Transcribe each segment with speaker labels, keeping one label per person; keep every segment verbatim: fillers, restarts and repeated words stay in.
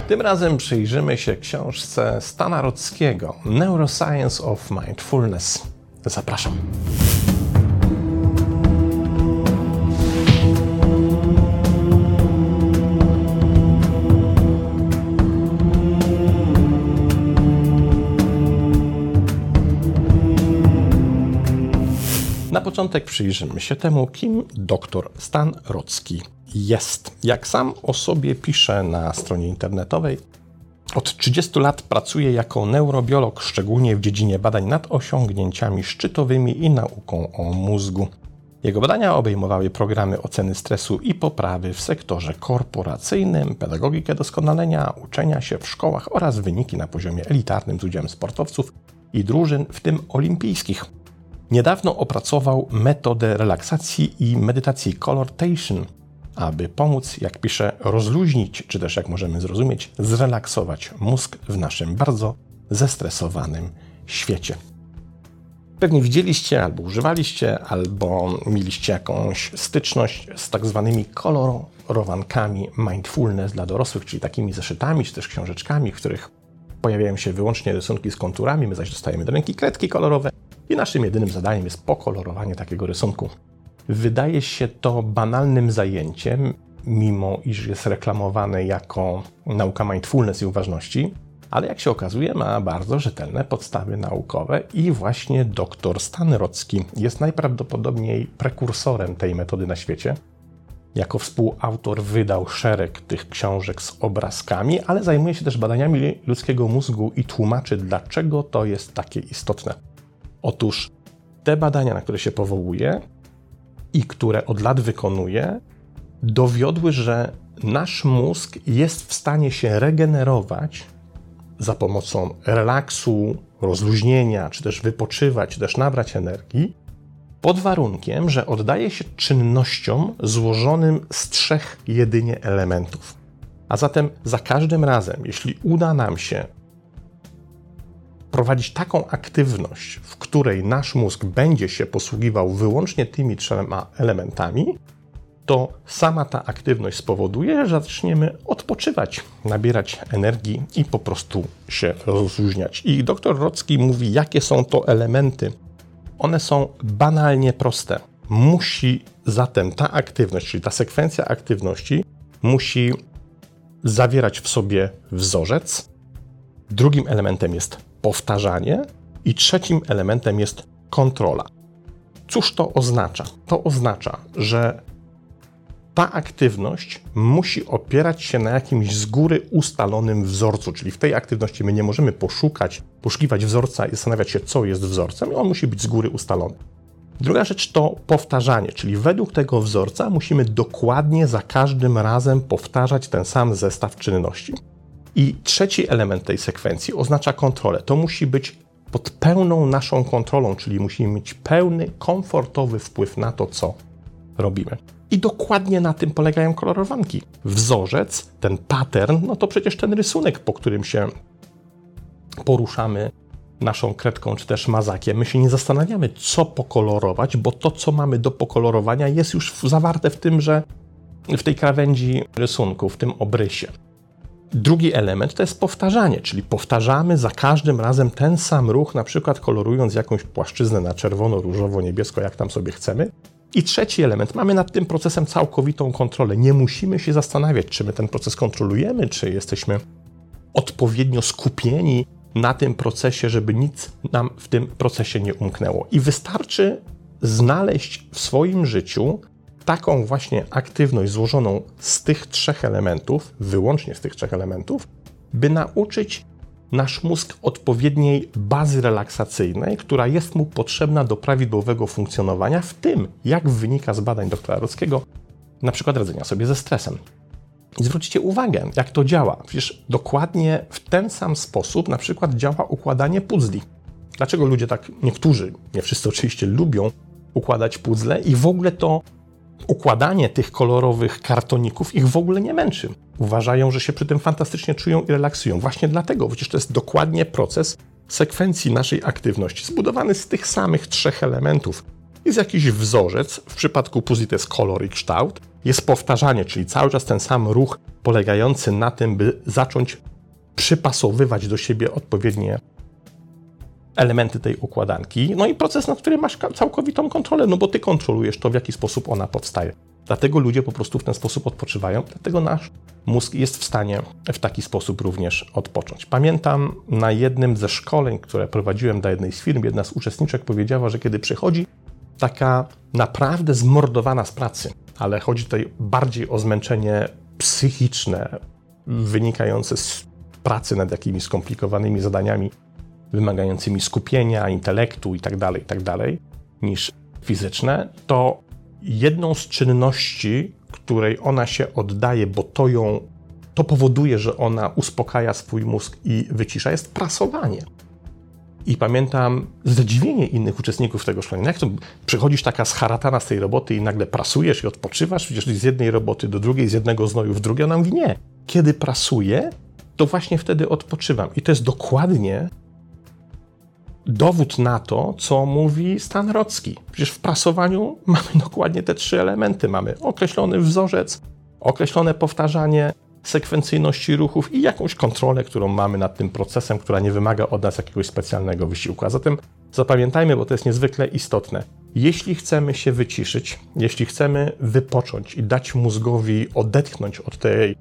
Speaker 1: Tym razem przyjrzymy się książce Stana Rockiego Neuroscience of Mindfulness. Zapraszam. Na początek przyjrzymy się temu, kim dr Stan Rocki jest. Jak sam o sobie pisze na stronie internetowej, od trzydziestu lat pracuje jako neurobiolog, szczególnie w dziedzinie badań nad osiągnięciami szczytowymi i nauką o mózgu. Jego badania obejmowały programy oceny stresu i poprawy w sektorze korporacyjnym, pedagogikę doskonalenia, uczenia się w szkołach oraz wyniki na poziomie elitarnym z udziałem sportowców i drużyn, w tym olimpijskich. Niedawno opracował metodę relaksacji i medytacji Colortation, aby pomóc, jak pisze, rozluźnić, czy też, jak możemy zrozumieć, zrelaksować mózg w naszym bardzo zestresowanym świecie. Pewnie widzieliście, albo używaliście, albo mieliście jakąś styczność z tak zwanymi kolorowankami mindfulness dla dorosłych, czyli takimi zeszytami, czy też książeczkami, w których pojawiają się wyłącznie rysunki z konturami, my zaś dostajemy do ręki kredki kolorowe i naszym jedynym zadaniem jest pokolorowanie takiego rysunku. Wydaje się to banalnym zajęciem, mimo iż jest reklamowane jako nauka mindfulness i uważności, ale jak się okazuje, ma bardzo rzetelne podstawy naukowe i właśnie dr Stan Rocki jest najprawdopodobniej prekursorem tej metody na świecie. Jako współautor wydał szereg tych książek z obrazkami, ale zajmuje się też badaniami ludzkiego mózgu i tłumaczy, dlaczego to jest takie istotne. Otóż te badania, na które się powołuje i które od lat wykonuje, dowiodły, że nasz mózg jest w stanie się regenerować za pomocą relaksu, rozluźnienia, czy też wypoczywać, czy też nabrać energii, pod warunkiem, że oddaje się czynnościom złożonym z trzech jedynie elementów. A zatem za każdym razem, jeśli uda nam się prowadzić taką aktywność, w której nasz mózg będzie się posługiwał wyłącznie tymi trzema elementami, to sama ta aktywność spowoduje, że zaczniemy odpoczywać, nabierać energii i po prostu się rozluźniać. I dr Rocki mówi, jakie są to elementy. One są banalnie proste. Musi zatem ta aktywność, czyli ta sekwencja aktywności, musi zawierać w sobie wzorzec. Drugim elementem jest powtarzanie i trzecim elementem jest kontrola. Cóż to oznacza? To oznacza, że ta aktywność musi opierać się na jakimś z góry ustalonym wzorcu, czyli w tej aktywności my nie możemy poszukać, poszukiwać wzorca i zastanawiać się, co jest wzorcem, i on musi być z góry ustalony. Druga rzecz to powtarzanie, czyli według tego wzorca musimy dokładnie za każdym razem powtarzać ten sam zestaw czynności. I trzeci element tej sekwencji oznacza kontrolę. To musi być pod pełną naszą kontrolą, czyli musimy mieć pełny, komfortowy wpływ na to, co robimy. I dokładnie na tym polegają kolorowanki. Wzorzec, ten pattern, no to przecież ten rysunek, po którym się poruszamy naszą kredką czy też mazakiem. My się nie zastanawiamy, co pokolorować, bo to, co mamy do pokolorowania, jest już zawarte w tymże, w tej krawędzi rysunku, w tym obrysie. Drugi element to jest powtarzanie, czyli powtarzamy za każdym razem ten sam ruch, na przykład kolorując jakąś płaszczyznę na czerwono, różowo, niebiesko, jak tam sobie chcemy. I trzeci element, mamy nad tym procesem całkowitą kontrolę. Nie musimy się zastanawiać, czy my ten proces kontrolujemy, czy jesteśmy odpowiednio skupieni na tym procesie, żeby nic nam w tym procesie nie umknęło. I wystarczy znaleźć w swoim życiu taką właśnie aktywność złożoną z tych trzech elementów, wyłącznie z tych trzech elementów, by nauczyć nasz mózg odpowiedniej bazy relaksacyjnej, która jest mu potrzebna do prawidłowego funkcjonowania, w tym, jak wynika z badań doktora Rockiego, na przykład radzenia sobie ze stresem. I zwróćcie uwagę, jak to działa. Przecież dokładnie w ten sam sposób na przykład działa układanie puzzli. Dlaczego ludzie tak, niektórzy, nie wszyscy oczywiście, lubią układać puzzle i w ogóle to układanie tych kolorowych kartoników ich w ogóle nie męczy. Uważają, że się przy tym fantastycznie czują i relaksują. Właśnie dlatego, przecież to jest dokładnie proces sekwencji naszej aktywności, zbudowany z tych samych trzech elementów. Jest jakiś wzorzec, w przypadku puzli to jest kolor i kształt, jest powtarzanie, czyli cały czas ten sam ruch polegający na tym, by zacząć przypasowywać do siebie odpowiednie elementy tej układanki. No i proces, nad którym masz całkowitą kontrolę, no bo ty kontrolujesz to, w jaki sposób ona powstaje. Dlatego ludzie po prostu w ten sposób odpoczywają, dlatego nasz mózg jest w stanie w taki sposób również odpocząć. Pamiętam na jednym ze szkoleń, które prowadziłem dla jednej z firm, jedna z uczestniczek powiedziała, że kiedy przychodzi taka naprawdę zmordowana z pracy, ale chodzi tutaj bardziej o zmęczenie psychiczne, wynikające z pracy nad jakimiś skomplikowanymi zadaniami, wymagającymi skupienia, intelektu itd., itd., niż fizyczne, to jedną z czynności, której ona się oddaje, bo to ją, to powoduje, że ona uspokaja swój mózg i wycisza, jest prasowanie. I pamiętam zdziwienie innych uczestników tego szkolenia. Jak to przychodzisz taka scharatana z tej roboty i nagle prasujesz i odpoczywasz, przecież z jednej roboty do drugiej, z jednego znoju w drugie. Ona mówi nie. Kiedy prasuję, to właśnie wtedy odpoczywam. I to jest dokładnie dowód na to, co mówi Stan Rocki. Przecież w prasowaniu mamy dokładnie te trzy elementy. Mamy określony wzorzec, określone powtarzanie, sekwencyjności ruchów i jakąś kontrolę, którą mamy nad tym procesem, która nie wymaga od nas jakiegoś specjalnego wysiłku. A zatem zapamiętajmy, bo to jest niezwykle istotne. Jeśli chcemy się wyciszyć, jeśli chcemy wypocząć i dać mózgowi odetchnąć od tej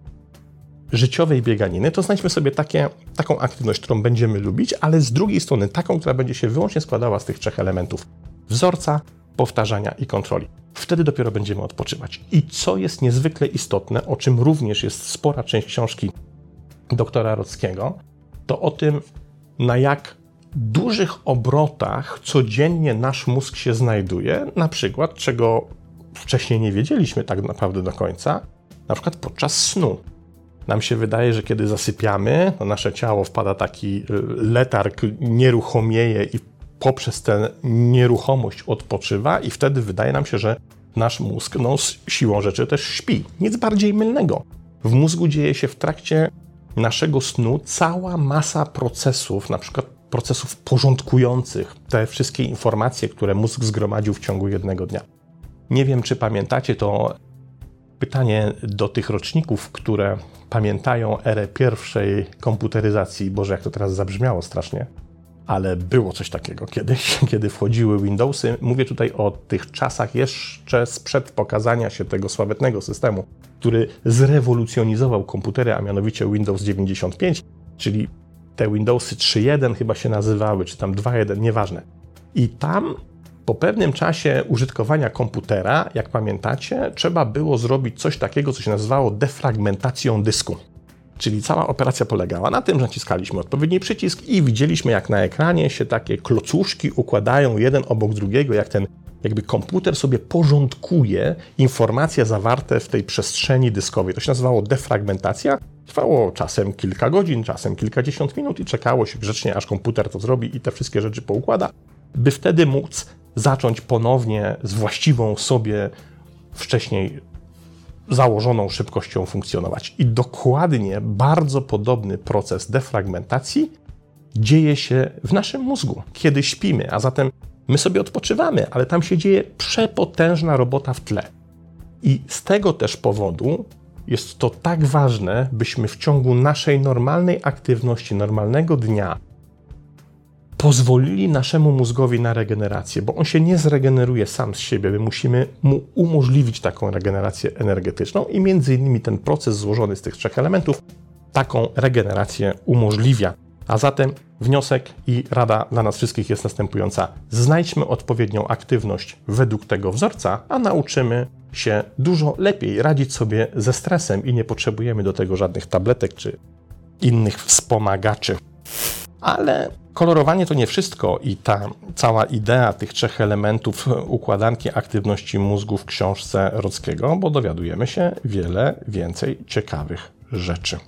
Speaker 1: życiowej bieganiny, to znajdźmy sobie takie, taką aktywność, którą będziemy lubić, ale z drugiej strony taką, która będzie się wyłącznie składała z tych trzech elementów: wzorca, powtarzania i kontroli. Wtedy dopiero będziemy odpoczywać. I co jest niezwykle istotne, o czym również jest spora część książki doktora Rockiego, to o tym, na jak dużych obrotach codziennie nasz mózg się znajduje, na przykład, czego wcześniej nie wiedzieliśmy tak naprawdę do końca, na przykład podczas snu. Nam się wydaje, że kiedy zasypiamy, to nasze ciało wpada taki letarg, nieruchomieje i poprzez tę nieruchomość odpoczywa i wtedy wydaje nam się, że nasz mózg no, z siłą rzeczy też śpi. Nic bardziej mylnego. W mózgu dzieje się w trakcie naszego snu cała masa procesów, na przykład procesów porządkujących te wszystkie informacje, które mózg zgromadził w ciągu jednego dnia. Nie wiem, czy pamiętacie, to pytanie do tych roczników, które pamiętają erę pierwszej komputeryzacji. Boże, jak to teraz zabrzmiało strasznie. Ale było coś takiego kiedyś, kiedy wchodziły Windowsy. Mówię tutaj o tych czasach jeszcze sprzed pokazania się tego sławetnego systemu, który zrewolucjonizował komputery, a mianowicie Windows dziewięćdziesiąt pięć, czyli te Windowsy trzy jeden chyba się nazywały, czy tam dwa jeden, nieważne. I tam po pewnym czasie użytkowania komputera, jak pamiętacie, trzeba było zrobić coś takiego, co się nazywało defragmentacją dysku. Czyli cała operacja polegała na tym, że naciskaliśmy odpowiedni przycisk i widzieliśmy, jak na ekranie się takie klocuszki układają jeden obok drugiego, jak ten jakby komputer sobie porządkuje informacje zawarte w tej przestrzeni dyskowej. To się nazywało defragmentacja. Trwało czasem kilka godzin, czasem kilkadziesiąt minut i czekało się grzecznie, aż komputer to zrobi i te wszystkie rzeczy poukłada, by wtedy móc zacząć ponownie z właściwą sobie wcześniej założoną szybkością funkcjonować. I dokładnie bardzo podobny proces defragmentacji dzieje się w naszym mózgu, kiedy śpimy, a zatem my sobie odpoczywamy, ale tam się dzieje przepotężna robota w tle. I z tego też powodu jest to tak ważne, byśmy w ciągu naszej normalnej aktywności, normalnego dnia pozwolili naszemu mózgowi na regenerację, bo on się nie zregeneruje sam z siebie. My musimy mu umożliwić taką regenerację energetyczną i między innymi ten proces złożony z tych trzech elementów taką regenerację umożliwia. A zatem wniosek i rada dla nas wszystkich jest następująca. Znajdźmy odpowiednią aktywność według tego wzorca, a nauczymy się dużo lepiej radzić sobie ze stresem i nie potrzebujemy do tego żadnych tabletek czy innych wspomagaczy. Ale kolorowanie to nie wszystko i ta cała idea tych trzech elementów układanki aktywności mózgu w książce Rockiego, bo dowiadujemy się wiele więcej ciekawych rzeczy.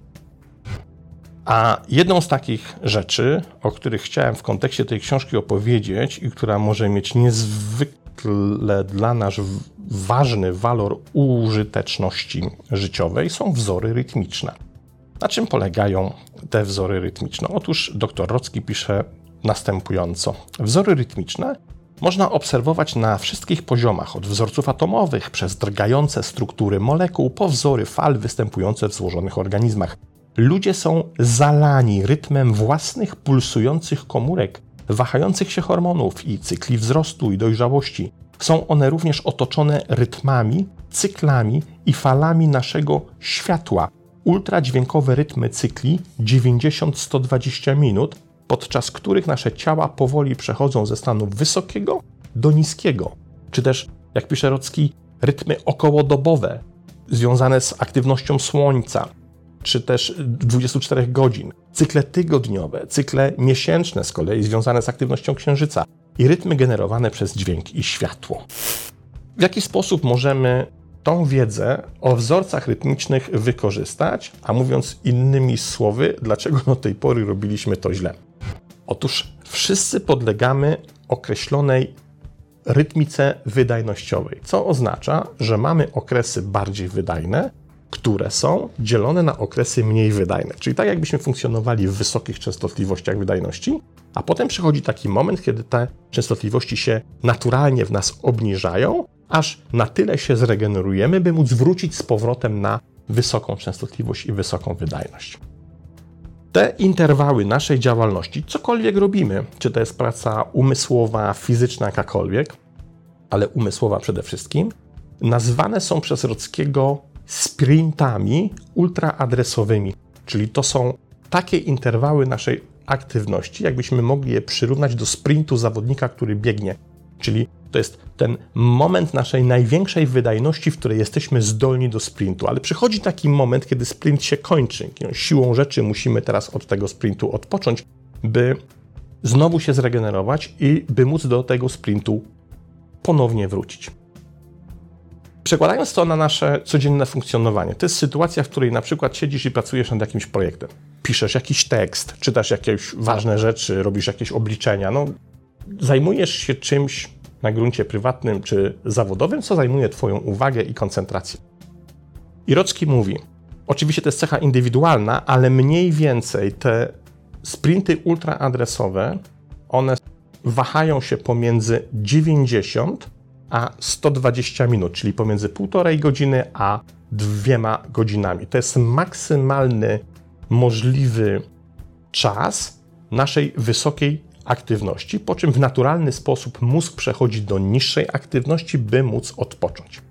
Speaker 1: A jedną z takich rzeczy, o których chciałem w kontekście tej książki opowiedzieć i która może mieć niezwykle dla nas ważny walor użyteczności życiowej, są wzory rytmiczne. Na czym polegają te wzory rytmiczne? Otóż dr Rocki pisze następująco. Wzory rytmiczne można obserwować na wszystkich poziomach, od wzorców atomowych, przez drgające struktury molekuł, po wzory fal występujące w złożonych organizmach. Ludzie są zalani rytmem własnych pulsujących komórek, wahających się hormonów i cykli wzrostu i dojrzałości. Są one również otoczone rytmami, cyklami i falami naszego światła. Ultradźwiękowe rytmy cykli dziewięćdziesiąt do stu dwudziestu minut, podczas których nasze ciała powoli przechodzą ze stanu wysokiego do niskiego. Czy też, jak pisze Rocki, rytmy okołodobowe związane z aktywnością Słońca, czy też dwudziestu czterech godzin, cykle tygodniowe, cykle miesięczne z kolei związane z aktywnością Księżyca i rytmy generowane przez dźwięk i światło. W jaki sposób możemy tą wiedzę o wzorcach rytmicznych wykorzystać, a mówiąc innymi słowy, dlaczego do tej pory robiliśmy to źle? Otóż wszyscy podlegamy określonej rytmice wydajnościowej, co oznacza, że mamy okresy bardziej wydajne, które są dzielone na okresy mniej wydajne. Czyli tak jakbyśmy funkcjonowali w wysokich częstotliwościach wydajności, a potem przychodzi taki moment, kiedy te częstotliwości się naturalnie w nas obniżają, aż na tyle się zregenerujemy, by móc wrócić z powrotem na wysoką częstotliwość i wysoką wydajność. Te interwały naszej działalności, cokolwiek robimy, czy to jest praca umysłowa, fizyczna, jakakolwiek, ale umysłowa przede wszystkim, nazywane są przez Rockiego sprintami ultraadresowymi, czyli to są takie interwały naszej aktywności, jakbyśmy mogli je przyrównać do sprintu zawodnika, który biegnie, czyli to jest ten moment naszej największej wydajności, w której jesteśmy zdolni do sprintu, ale przychodzi taki moment, kiedy sprint się kończy. Siłą rzeczy musimy teraz od tego sprintu odpocząć, by znowu się zregenerować i by móc do tego sprintu ponownie wrócić. Przekładając to na nasze codzienne funkcjonowanie, to jest sytuacja, w której na przykład siedzisz i pracujesz nad jakimś projektem. Piszesz jakiś tekst, czytasz jakieś ważne rzeczy, robisz jakieś obliczenia, no, zajmujesz się czymś na gruncie prywatnym czy zawodowym, co zajmuje Twoją uwagę i koncentrację. I Rocki mówi, oczywiście to jest cecha indywidualna, ale mniej więcej te sprinty ultraadresowe, one wahają się pomiędzy dziewięćdziesiąt a sto dwadzieścia minut, czyli pomiędzy półtorej godziny a dwiema godzinami. To jest maksymalny możliwy czas naszej wysokiej aktywności, po czym w naturalny sposób mózg przechodzi do niższej aktywności, by móc odpocząć.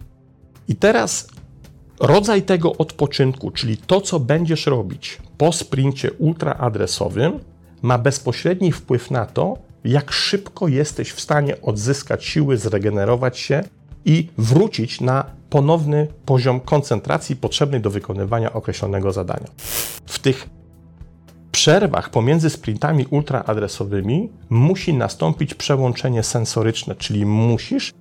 Speaker 1: I teraz rodzaj tego odpoczynku, czyli to, co będziesz robić po sprincie ultraadresowym, ma bezpośredni wpływ na to, jak szybko jesteś w stanie odzyskać siły, zregenerować się i wrócić na ponowny poziom koncentracji potrzebnej do wykonywania określonego zadania. W tych przerwach pomiędzy sprintami ultraadresowymi musi nastąpić przełączenie sensoryczne, czyli musisz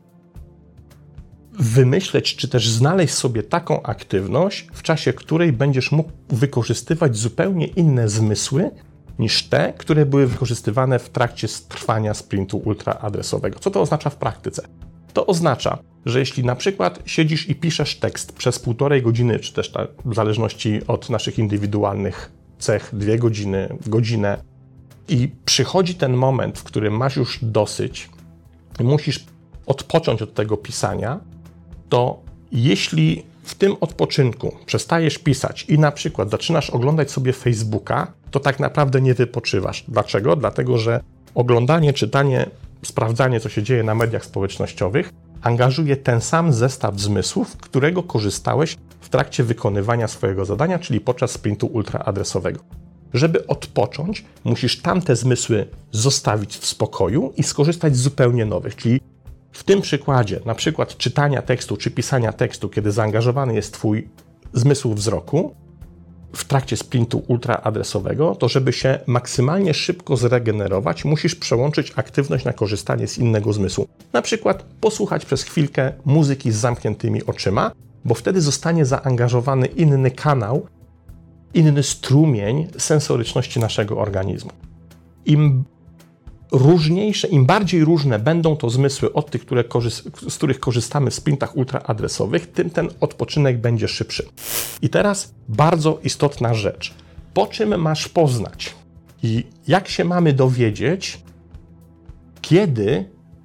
Speaker 1: wymyśleć, czy też znaleźć sobie taką aktywność, w czasie której będziesz mógł wykorzystywać zupełnie inne zmysły niż te, które były wykorzystywane w trakcie trwania sprintu ultraadresowego. Co to oznacza w praktyce? To oznacza, że jeśli na przykład siedzisz i piszesz tekst przez półtorej godziny, czy też ta, w zależności od naszych indywidualnych cech, dwie godziny, godzinę i przychodzi ten moment, w którym masz już dosyć i musisz odpocząć od tego pisania, to jeśli w tym odpoczynku przestajesz pisać i na przykład zaczynasz oglądać sobie Facebooka, to tak naprawdę nie wypoczywasz. Dlaczego? Dlatego, że oglądanie, czytanie, sprawdzanie, co się dzieje na mediach społecznościowych, angażuje ten sam zestaw zmysłów, którego korzystałeś w trakcie wykonywania swojego zadania, czyli podczas sprintu ultraadresowego. Żeby odpocząć, musisz tamte zmysły zostawić w spokoju i skorzystać z zupełnie nowych, czyli w tym przykładzie, na przykład czytania tekstu czy pisania tekstu, kiedy zaangażowany jest Twój zmysł wzroku w trakcie sprintu ultraadresowego, to żeby się maksymalnie szybko zregenerować, musisz przełączyć aktywność na korzystanie z innego zmysłu. Na przykład posłuchać przez chwilkę muzyki z zamkniętymi oczyma, bo wtedy zostanie zaangażowany inny kanał, inny strumień sensoryczności naszego organizmu. Im różniejsze, im bardziej różne będą to zmysły od tych, które korzyst- z których korzystamy w sprintach ultraadresowych, tym ten odpoczynek będzie szybszy. I teraz bardzo istotna rzecz. Po czym masz poznać i jak się mamy dowiedzieć, kiedy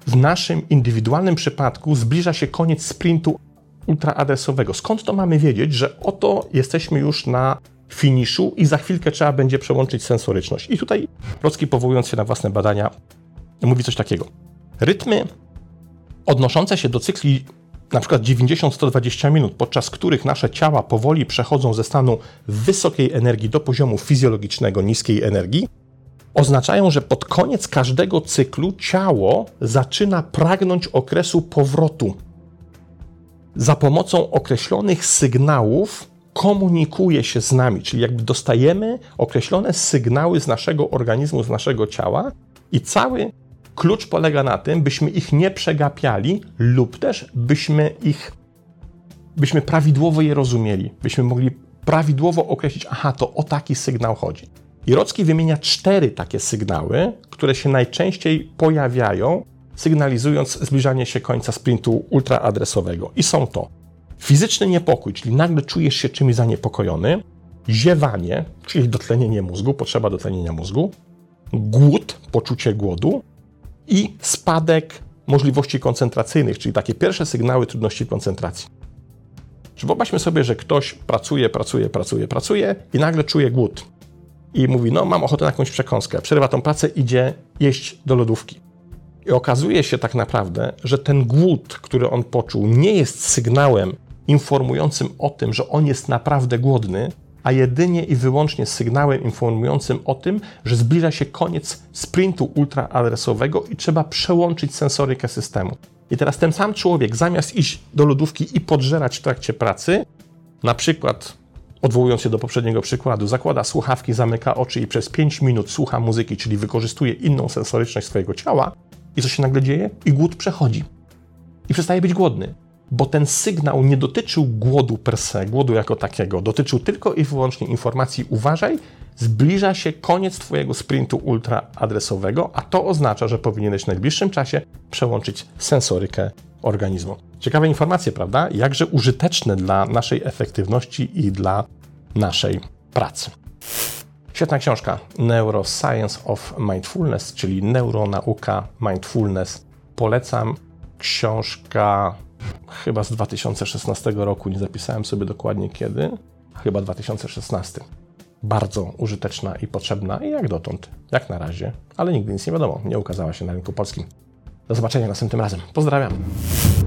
Speaker 1: w naszym indywidualnym przypadku zbliża się koniec sprintu ultraadresowego. Skąd to mamy wiedzieć, że oto jesteśmy już na finiszu i za chwilkę trzeba będzie przełączyć sensoryczność? I tutaj Rocki, powołując się na własne badania, mówi coś takiego. Rytmy odnoszące się do cykli na przykład dziewięćdziesiąt do stu dwudziestu minut, podczas których nasze ciała powoli przechodzą ze stanu wysokiej energii do poziomu fizjologicznego niskiej energii, oznaczają, że pod koniec każdego cyklu ciało zaczyna pragnąć okresu powrotu. Za pomocą określonych sygnałów komunikuje się z nami, czyli jakby dostajemy określone sygnały z naszego organizmu, z naszego ciała i cały klucz polega na tym, byśmy ich nie przegapiali lub też byśmy ich, byśmy prawidłowo je rozumieli, byśmy mogli prawidłowo określić, aha, to o taki sygnał chodzi. I Rocki wymienia cztery takie sygnały, które się najczęściej pojawiają, sygnalizując zbliżanie się końca sprintu ultraadresowego. I są to fizyczny niepokój, czyli nagle czujesz się czymś zaniepokojony, ziewanie, czyli dotlenienie mózgu, potrzeba dotlenienia mózgu, głód, poczucie głodu i spadek możliwości koncentracyjnych, czyli takie pierwsze sygnały trudności koncentracji. Czy wyobraźmy sobie, że ktoś pracuje, pracuje, pracuje, pracuje i nagle czuje głód. I mówi, no mam ochotę na jakąś przekąskę. Przerywa tą pracę, idzie jeść do lodówki. I okazuje się tak naprawdę, że ten głód, który on poczuł, nie jest sygnałem informującym o tym, że on jest naprawdę głodny, a jedynie i wyłącznie sygnałem informującym o tym, że zbliża się koniec sprintu ultraadresowego i trzeba przełączyć sensorykę systemu. I teraz ten sam człowiek, zamiast iść do lodówki i podżerać w trakcie pracy, na przykład, odwołując się do poprzedniego przykładu, zakłada słuchawki, zamyka oczy i przez pięć minut słucha muzyki, czyli wykorzystuje inną sensoryczność swojego ciała, i co się nagle dzieje? I głód przechodzi. I przestaje być głodny. Bo ten sygnał nie dotyczył głodu per se, głodu jako takiego. Dotyczył tylko i wyłącznie informacji, uważaj, zbliża się koniec twojego sprintu ultraadresowego, a to oznacza, że powinieneś w najbliższym czasie przełączyć sensorykę organizmu. Ciekawe informacje, prawda? Jakże użyteczne dla naszej efektywności i dla naszej pracy. Świetna książka Neuroscience of Mindfulness, czyli neuronauka mindfulness. Polecam. Książka chyba z dwa tysiące szesnastego roku, nie zapisałem sobie dokładnie kiedy, chyba dwa tysiące szesnasty. Bardzo użyteczna i potrzebna i jak dotąd, jak na razie, ale nigdy nic nie wiadomo, nie ukazała się na rynku polskim. Do zobaczenia następnym razem. Pozdrawiam.